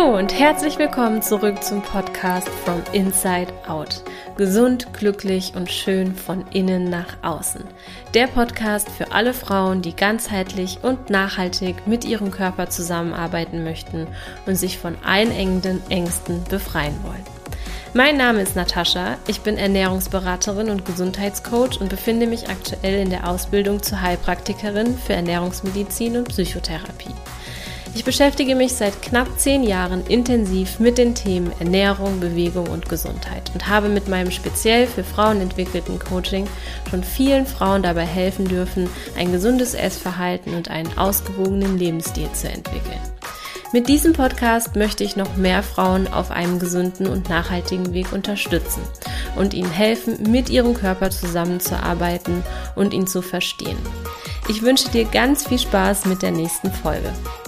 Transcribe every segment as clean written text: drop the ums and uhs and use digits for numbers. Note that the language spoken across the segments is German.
Hallo und herzlich willkommen zurück zum Podcast From Inside Out. Gesund, glücklich und schön von innen nach außen. Der Podcast für alle Frauen, die ganzheitlich und nachhaltig mit ihrem Körper zusammenarbeiten möchten und sich von einengenden Ängsten befreien wollen. Mein Name ist Natascha, ich bin Ernährungsberaterin und Gesundheitscoach und befinde mich aktuell in der Ausbildung zur Heilpraktikerin für Ernährungsmedizin und Psychotherapie. Ich beschäftige mich seit knapp 10 Jahren intensiv mit den Themen Ernährung, Bewegung und Gesundheit und habe mit meinem speziell für Frauen entwickelten Coaching schon vielen Frauen dabei helfen dürfen, ein gesundes Essverhalten und einen ausgewogenen Lebensstil zu entwickeln. Mit diesem Podcast möchte ich noch mehr Frauen auf einem gesunden und nachhaltigen Weg unterstützen und ihnen helfen, mit ihrem Körper zusammenzuarbeiten und ihn zu verstehen. Ich wünsche dir ganz viel Spaß mit der nächsten Folge.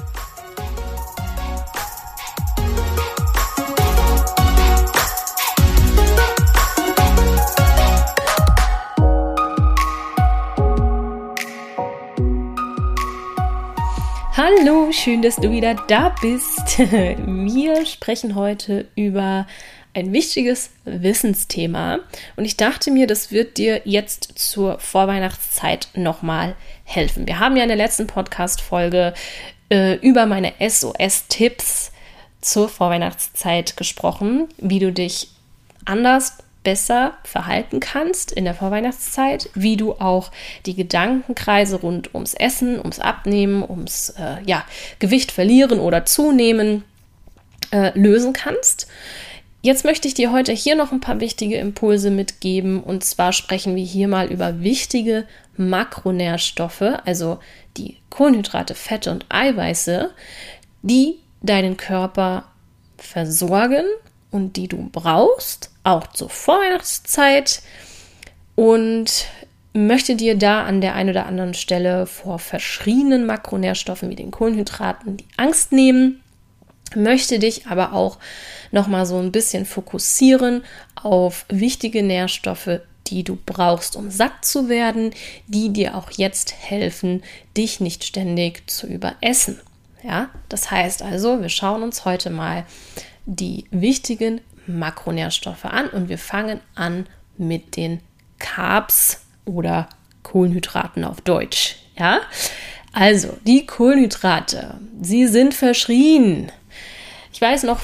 Hallo, schön, dass du wieder da bist. Wir sprechen heute über ein wichtiges Wissensthema und ich dachte mir, das wird dir jetzt zur Vorweihnachtszeit nochmal helfen. Wir haben ja in der letzten Podcast-Folge über meine SOS-Tipps zur Vorweihnachtszeit gesprochen, wie du dich anders besser verhalten kannst in der Vorweihnachtszeit, wie du auch die Gedankenkreise rund ums Essen, ums Abnehmen, ums Gewicht verlieren oder zunehmen lösen kannst. Jetzt möchte ich dir heute hier noch ein paar wichtige Impulse mitgeben und zwar sprechen wir hier mal über wichtige Makronährstoffe, also die Kohlenhydrate, Fette und Eiweiße, die deinen Körper versorgen und die du brauchst, auch zur Vorweihnachtszeit, und möchte dir da an der einen oder anderen Stelle vor verschiedenen Makronährstoffen wie den Kohlenhydraten die Angst nehmen, möchte dich aber auch nochmal so ein bisschen fokussieren auf wichtige Nährstoffe, die du brauchst, um satt zu werden, die dir auch jetzt helfen, dich nicht ständig zu überessen. Ja, das heißt also, wir schauen uns heute mal die wichtigen Makronährstoffe an und wir fangen an mit den Carbs oder Kohlenhydraten auf Deutsch. Ja, also die Kohlenhydrate, sie sind verschrien. Ich weiß noch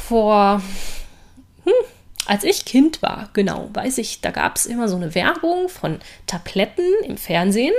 als ich Kind war, da gab es immer so eine Werbung von Tabletten im Fernsehen,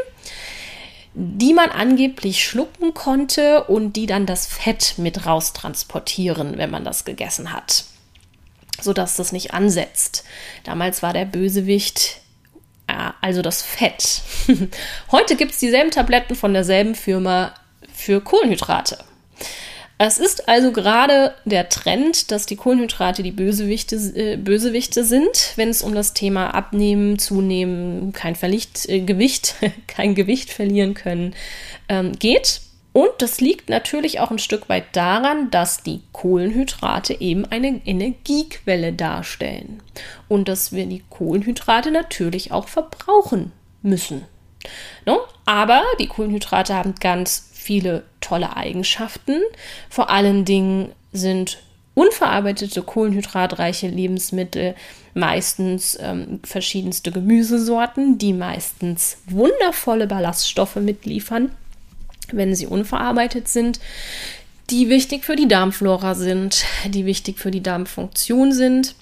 die man angeblich schlucken konnte und die dann das Fett mit raustransportieren, wenn man das gegessen hat, sodass das nicht ansetzt. Damals war der Bösewicht also das Fett. Heute gibt es dieselben Tabletten von derselben Firma für Kohlenhydrate. Es ist also gerade der Trend, dass die Kohlenhydrate die Bösewichte sind, wenn es um das Thema Abnehmen, Zunehmen, kein Gewicht verlieren können geht. Und das liegt natürlich auch ein Stück weit daran, dass die Kohlenhydrate eben eine Energiequelle darstellen und dass wir die Kohlenhydrate natürlich auch verbrauchen müssen. No? Aber die Kohlenhydrate haben ganz viele tolle Eigenschaften. Vor allen Dingen sind unverarbeitete kohlenhydratreiche Lebensmittel meistens verschiedenste Gemüsesorten, die meistens wundervolle Ballaststoffe mitliefern, wenn sie unverarbeitet sind, die wichtig für die Darmflora sind, die wichtig für die Darmfunktion sind,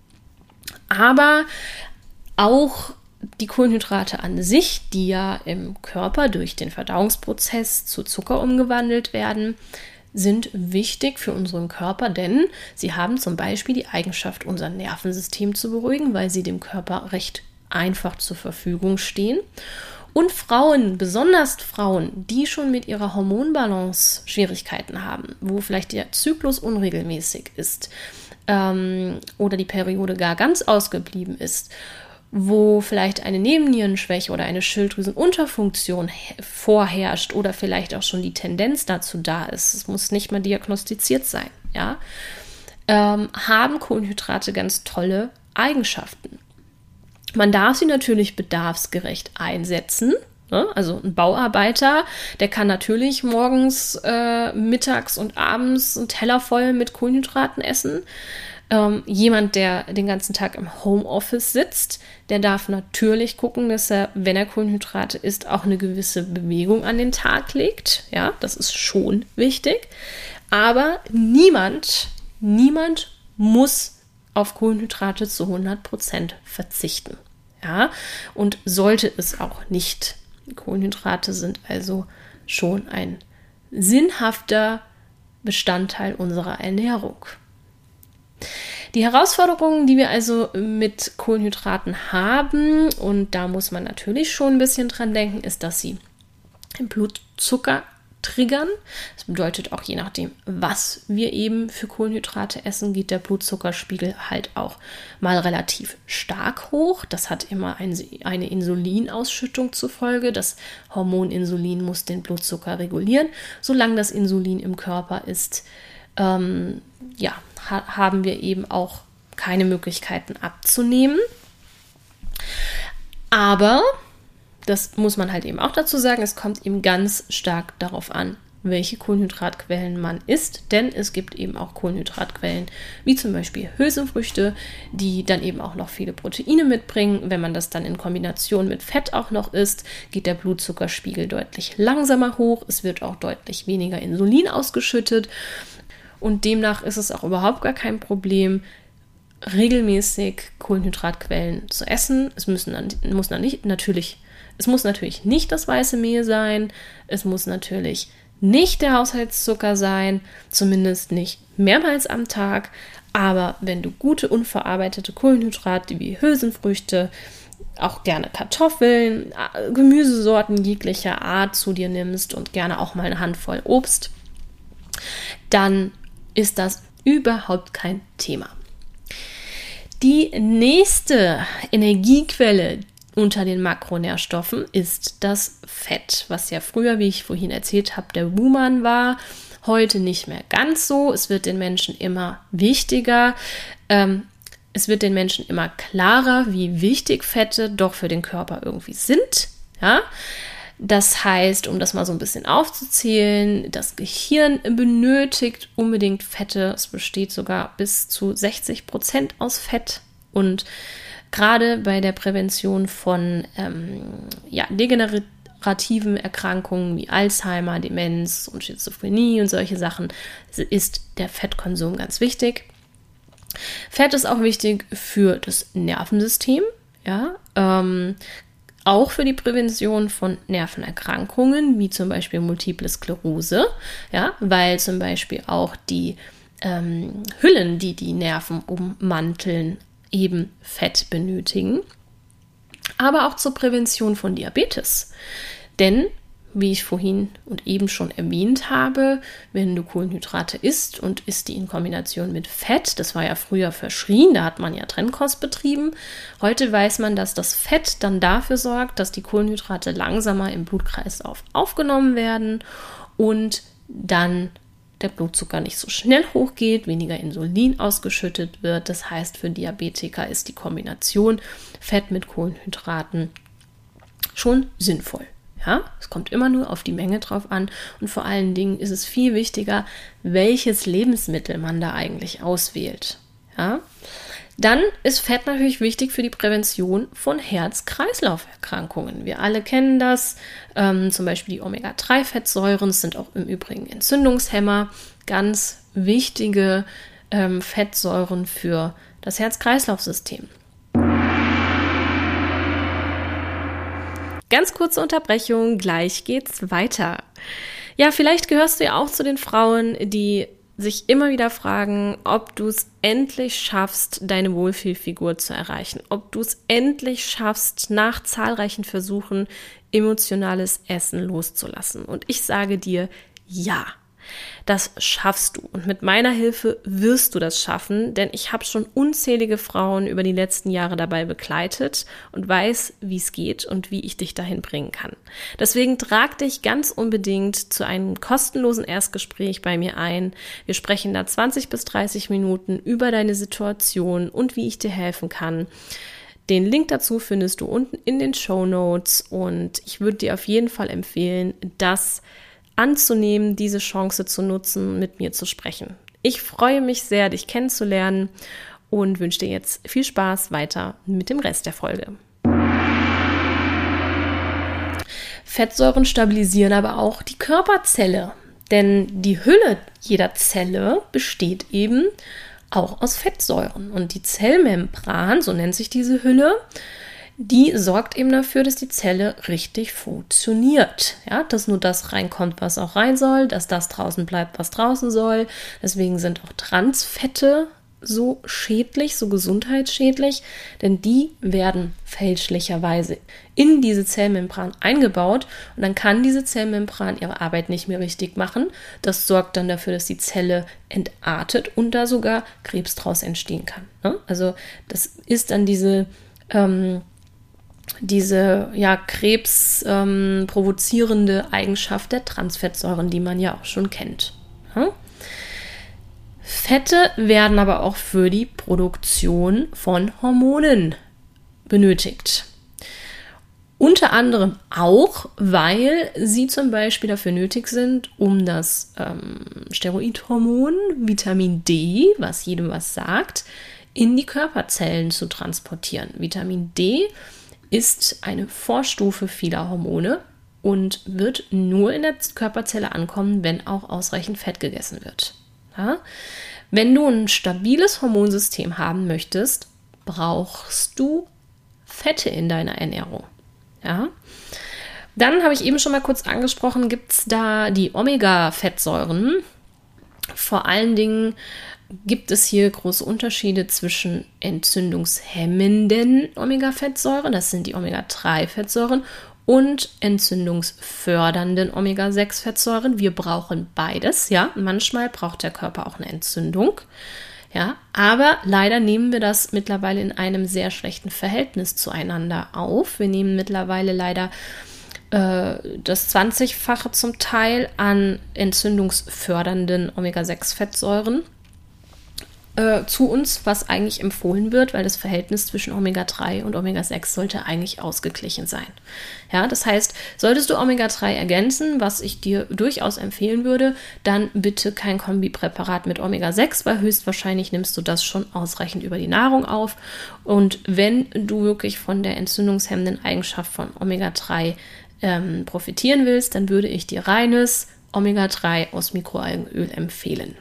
aber auch die Kohlenhydrate an sich, die ja im Körper durch den Verdauungsprozess zu Zucker umgewandelt werden, sind wichtig für unseren Körper, denn sie haben zum Beispiel die Eigenschaft, unser Nervensystem zu beruhigen, weil sie dem Körper recht einfach zur Verfügung stehen. Und Frauen, besonders Frauen, die schon mit ihrer Hormonbalance Schwierigkeiten haben, wo vielleicht der Zyklus unregelmäßig ist oder die Periode gar ganz ausgeblieben ist, wo vielleicht eine Nebennierenschwäche oder eine Schilddrüsenunterfunktion vorherrscht oder vielleicht auch schon die Tendenz dazu da ist, es muss nicht mal diagnostiziert sein, ja, haben Kohlenhydrate ganz tolle Eigenschaften. Man darf sie natürlich bedarfsgerecht einsetzen, Ne? Also ein Bauarbeiter, der kann natürlich morgens, mittags und abends einen Teller voll mit Kohlenhydraten essen. Jemand, der den ganzen Tag im Homeoffice sitzt, der darf natürlich gucken, dass er, wenn er Kohlenhydrate isst, auch eine gewisse Bewegung an den Tag legt. Ja, das ist schon wichtig. Aber niemand muss auf Kohlenhydrate zu 100% verzichten. Ja, und sollte es auch nicht. Kohlenhydrate sind also schon ein sinnhafter Bestandteil unserer Ernährung. Die Herausforderungen, die wir also mit Kohlenhydraten haben, und da muss man natürlich schon ein bisschen dran denken, ist, dass sie den Blutzucker triggern. Das bedeutet auch, je nachdem, was wir eben für Kohlenhydrate essen, geht der Blutzuckerspiegel halt auch mal relativ stark hoch. Das hat immer eine Insulinausschüttung zur Folge. Das Hormon Insulin muss den Blutzucker regulieren. Solange das Insulin im Körper ist, haben wir eben auch keine Möglichkeiten abzunehmen. Aber das muss man halt eben auch dazu sagen, es kommt eben ganz stark darauf an, welche Kohlenhydratquellen man isst, denn es gibt eben auch Kohlenhydratquellen, wie zum Beispiel Hülsenfrüchte, die dann eben auch noch viele Proteine mitbringen. Wenn man das dann in Kombination mit Fett auch noch isst, geht der Blutzuckerspiegel deutlich langsamer hoch, es wird auch deutlich weniger Insulin ausgeschüttet und demnach ist es auch überhaupt gar kein Problem, regelmäßig Kohlenhydratquellen zu essen. Es muss natürlich nicht das weiße Mehl sein, es muss natürlich nicht der Haushaltszucker sein, zumindest nicht mehrmals am Tag, aber wenn du gute, unverarbeitete Kohlenhydrate wie Hülsenfrüchte, auch gerne Kartoffeln, Gemüsesorten jeglicher Art zu dir nimmst und gerne auch mal eine Handvoll Obst, dann ist das überhaupt kein Thema. Die nächste Energiequelle unter den Makronährstoffen ist das Fett, was ja früher, wie ich vorhin erzählt habe, der Buhmann war. Heute nicht mehr ganz so. Es wird den Menschen immer wichtiger. Es wird den Menschen immer klarer, wie wichtig Fette doch für den Körper irgendwie sind. Ja? Das heißt, um das mal so ein bisschen aufzuzählen, das Gehirn benötigt unbedingt Fette. Es besteht sogar bis zu 60% aus Fett. Und gerade bei der Prävention von degenerativen Erkrankungen wie Alzheimer, Demenz und Schizophrenie und solche Sachen ist der Fettkonsum ganz wichtig. Fett ist auch wichtig für das Nervensystem, ja, auch für die Prävention von Nervenerkrankungen, wie zum Beispiel Multiple Sklerose, ja, weil zum Beispiel auch die Hüllen, die die Nerven ummanteln, eben Fett benötigen, aber auch zur Prävention von Diabetes. Denn, wie ich vorhin und eben schon erwähnt habe, wenn du Kohlenhydrate isst und isst die in Kombination mit Fett, das war ja früher verschrien, da hat man ja Trennkost betrieben. Heute weiß man, dass das Fett dann dafür sorgt, dass die Kohlenhydrate langsamer im Blutkreislauf aufgenommen werden und dann der Blutzucker nicht so schnell hochgeht, weniger Insulin ausgeschüttet wird. Das heißt, für Diabetiker ist die Kombination Fett mit Kohlenhydraten schon sinnvoll. Ja, es kommt immer nur auf die Menge drauf an und vor allen Dingen ist es viel wichtiger, welches Lebensmittel man da eigentlich auswählt. Ja? Dann ist Fett natürlich wichtig für die Prävention von Herz-Kreislauf-Erkrankungen. Wir alle kennen das, zum Beispiel die Omega-3-Fettsäuren sind auch im Übrigen Entzündungshemmer, ganz wichtige Fettsäuren für das Herz-Kreislauf-System. Ganz kurze Unterbrechung, gleich geht's weiter. Ja, vielleicht gehörst du ja auch zu den Frauen, die sich immer wieder fragen, ob du es endlich schaffst, deine Wohlfühlfigur zu erreichen, ob du es endlich schaffst, nach zahlreichen Versuchen emotionales Essen loszulassen. Und ich sage dir, ja, das schaffst du. Und mit meiner Hilfe wirst du das schaffen, denn ich habe schon unzählige Frauen über die letzten Jahre dabei begleitet und weiß, wie es geht und wie ich dich dahin bringen kann. Deswegen trag dich ganz unbedingt zu einem kostenlosen Erstgespräch bei mir ein. Wir sprechen da 20 bis 30 Minuten über deine Situation und wie ich dir helfen kann. Den Link dazu findest du unten in den Shownotes und ich würde dir auf jeden Fall empfehlen, das anzunehmen, diese Chance zu nutzen, mit mir zu sprechen. Ich freue mich sehr, dich kennenzulernen und wünsche dir jetzt viel Spaß weiter mit dem Rest der Folge. Fettsäuren stabilisieren aber auch die Körperzelle, denn die Hülle jeder Zelle besteht eben auch aus Fettsäuren. Und die Zellmembran, so nennt sich diese Hülle, die sorgt eben dafür, dass die Zelle richtig funktioniert. Ja, dass nur das reinkommt, was auch rein soll, dass das draußen bleibt, was draußen soll. Deswegen sind auch Transfette so schädlich, so gesundheitsschädlich, denn die werden fälschlicherweise in diese Zellmembran eingebaut und dann kann diese Zellmembran ihre Arbeit nicht mehr richtig machen. Das sorgt dann dafür, dass die Zelle entartet und da sogar Krebs draus entstehen kann. Ne? Also das ist dann diese Krebs provozierende Eigenschaft der Transfettsäuren, die man ja auch schon kennt. Ja? Fette werden aber auch für die Produktion von Hormonen benötigt. Unter anderem auch, weil sie zum Beispiel dafür nötig sind, um das Steroidhormon Vitamin D, was jedem was sagt, in die Körperzellen zu transportieren. Vitamin D ist eine Vorstufe vieler Hormone und wird nur in der Körperzelle ankommen, wenn auch ausreichend Fett gegessen wird. Ja? Wenn du ein stabiles Hormonsystem haben möchtest, brauchst du Fette in deiner Ernährung. Ja? Dann habe ich eben schon mal kurz angesprochen, gibt es da die Omega-Fettsäuren. Vor allen Dingen gibt es hier große Unterschiede zwischen entzündungshemmenden Omega-Fettsäuren, das sind die Omega-3-Fettsäuren, und entzündungsfördernden Omega-6-Fettsäuren. Wir brauchen beides, ja. Manchmal braucht der Körper auch eine Entzündung, ja. Aber leider nehmen wir das mittlerweile in einem sehr schlechten Verhältnis zueinander auf. Wir nehmen mittlerweile leider das 20-fache zum Teil an entzündungsfördernden Omega-6-Fettsäuren zu uns, was eigentlich empfohlen wird, weil das Verhältnis zwischen Omega-3 und Omega-6 sollte eigentlich ausgeglichen sein. Ja, das heißt, solltest du Omega-3 ergänzen, was ich dir durchaus empfehlen würde, dann bitte kein Kombipräparat mit Omega-6, weil höchstwahrscheinlich nimmst du das schon ausreichend über die Nahrung auf. Und wenn du wirklich von der entzündungshemmenden Eigenschaft von Omega-3 profitieren willst, dann würde ich dir reines Omega-3 aus Mikroalgenöl empfehlen.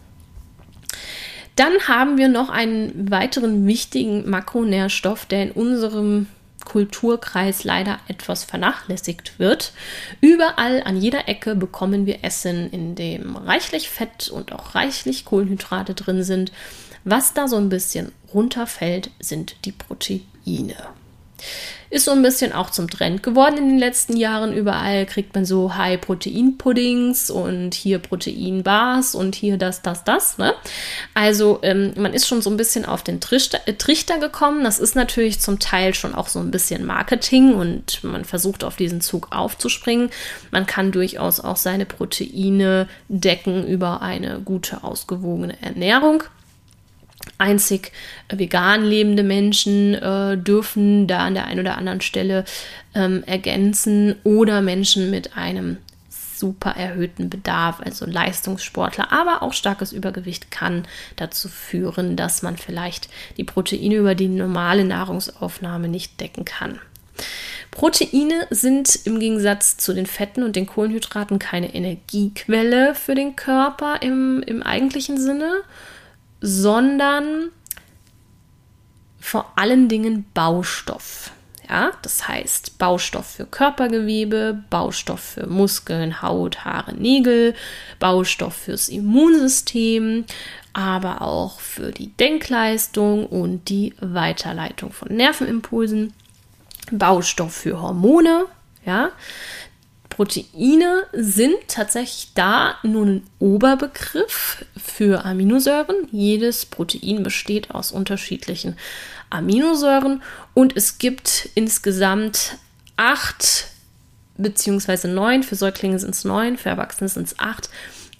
Dann haben wir noch einen weiteren wichtigen Makronährstoff, der in unserem Kulturkreis leider etwas vernachlässigt wird. Überall an jeder Ecke bekommen wir Essen, in dem reichlich Fett und auch reichlich Kohlenhydrate drin sind. Was da so ein bisschen runterfällt, sind die Proteine. Ist so ein bisschen auch zum Trend geworden in den letzten Jahren. Überall kriegt man so High-Protein-Puddings und hier Protein-Bars und hier das. Ne? Also man ist schon so ein bisschen auf den Trichter gekommen. Das ist natürlich zum Teil schon auch so ein bisschen Marketing und man versucht auf diesen Zug aufzuspringen. Man kann durchaus auch seine Proteine decken über eine gute, ausgewogene Ernährung. Einzig vegan lebende Menschen dürfen da an der einen oder anderen Stelle ergänzen oder Menschen mit einem super erhöhten Bedarf, also Leistungssportler, aber auch starkes Übergewicht kann dazu führen, dass man vielleicht die Proteine über die normale Nahrungsaufnahme nicht decken kann. Proteine sind im Gegensatz zu den Fetten und den Kohlenhydraten keine Energiequelle für den Körper im eigentlichen Sinne, sondern vor allen Dingen Baustoff. Ja, das heißt Baustoff für Körpergewebe, Baustoff für Muskeln, Haut, Haare, Nägel, Baustoff fürs Immunsystem, aber auch für die Denkleistung und die Weiterleitung von Nervenimpulsen, Baustoff für Hormone, ja. Proteine sind tatsächlich da nur ein Oberbegriff für Aminosäuren. Jedes Protein besteht aus unterschiedlichen Aminosäuren und es gibt insgesamt 8 bzw. 9, für Säuglinge sind es 9, für Erwachsene sind es 8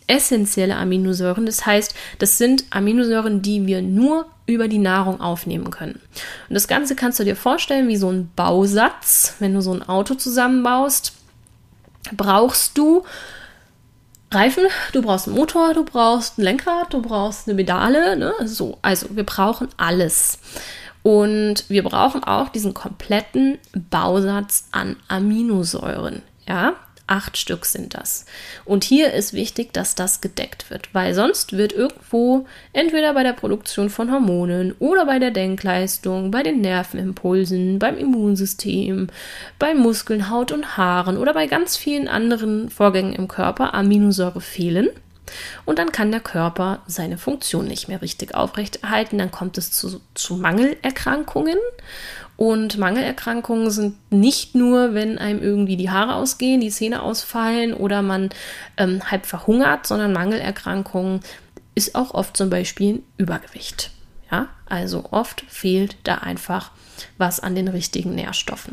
essentielle Aminosäuren. Das heißt, das sind Aminosäuren, die wir nur über die Nahrung aufnehmen können. Und das Ganze kannst du dir vorstellen wie so ein Bausatz. Wenn du so ein Auto zusammenbaust, brauchst du Reifen, du brauchst einen Motor, du brauchst ein Lenkrad, du brauchst eine Pedale, ne? So, also wir brauchen alles. Und wir brauchen auch diesen kompletten Bausatz an Aminosäuren. Ja, 8 Stück sind das. Und hier ist wichtig, dass das gedeckt wird, weil sonst wird irgendwo entweder bei der Produktion von Hormonen oder bei der Denkleistung, bei den Nervenimpulsen, beim Immunsystem, bei Muskeln, Haut und Haaren oder bei ganz vielen anderen Vorgängen im Körper Aminosäure fehlen. Und dann kann der Körper seine Funktion nicht mehr richtig aufrechterhalten. Dann kommt es zu Mangelerkrankungen. Und Mangelerkrankungen sind nicht nur, wenn einem irgendwie die Haare ausgehen, die Zähne ausfallen oder man halb verhungert, sondern Mangelerkrankungen ist auch oft zum Beispiel Übergewicht. Ja? Also oft fehlt da einfach was an den richtigen Nährstoffen.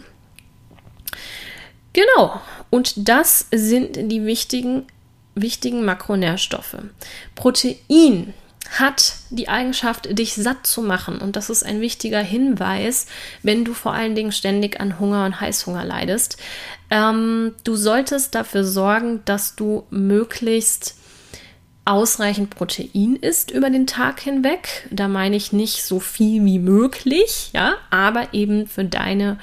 Genau, und das sind die wichtigen Makronährstoffe. Protein hat die Eigenschaft, dich satt zu machen. Und das ist ein wichtiger Hinweis, wenn du vor allen Dingen ständig an Hunger und Heißhunger leidest. Du solltest dafür sorgen, dass du möglichst ausreichend Protein isst über den Tag hinweg. Da meine ich nicht so viel wie möglich, ja, aber eben für deine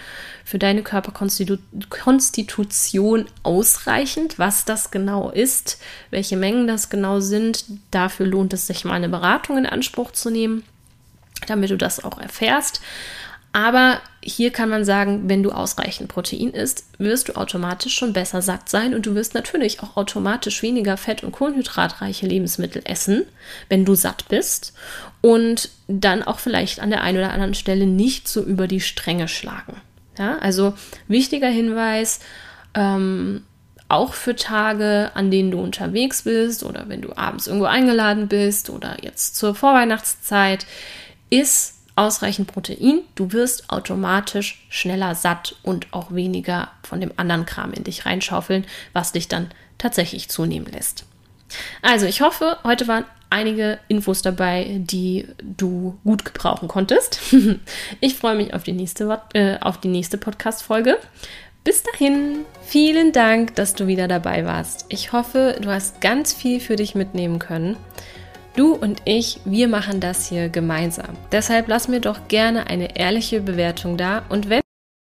Körperkonstitution ausreichend. Was das genau ist, welche Mengen das genau sind, dafür lohnt es sich mal eine Beratung in Anspruch zu nehmen, damit du das auch erfährst. Aber hier kann man sagen, wenn du ausreichend Protein isst, wirst du automatisch schon besser satt sein und du wirst natürlich auch automatisch weniger fett- und kohlenhydratreiche Lebensmittel essen, wenn du satt bist und dann auch vielleicht an der einen oder anderen Stelle nicht so über die Stränge schlagen. Ja, also wichtiger Hinweis, auch für Tage, an denen du unterwegs bist oder wenn du abends irgendwo eingeladen bist oder jetzt zur Vorweihnachtszeit, ist ausreichend Protein. Du wirst automatisch schneller satt und auch weniger von dem anderen Kram in dich reinschaufeln, was dich dann tatsächlich zunehmen lässt. Also ich hoffe, heute waren einige Infos dabei, die du gut gebrauchen konntest. Ich freue mich auf die nächste Podcast-Folge. Bis dahin, vielen Dank, dass du wieder dabei warst. Ich hoffe, du hast ganz viel für dich mitnehmen können. Du und ich, wir machen das hier gemeinsam. Deshalb lass mir doch gerne eine ehrliche Bewertung da. Und wenn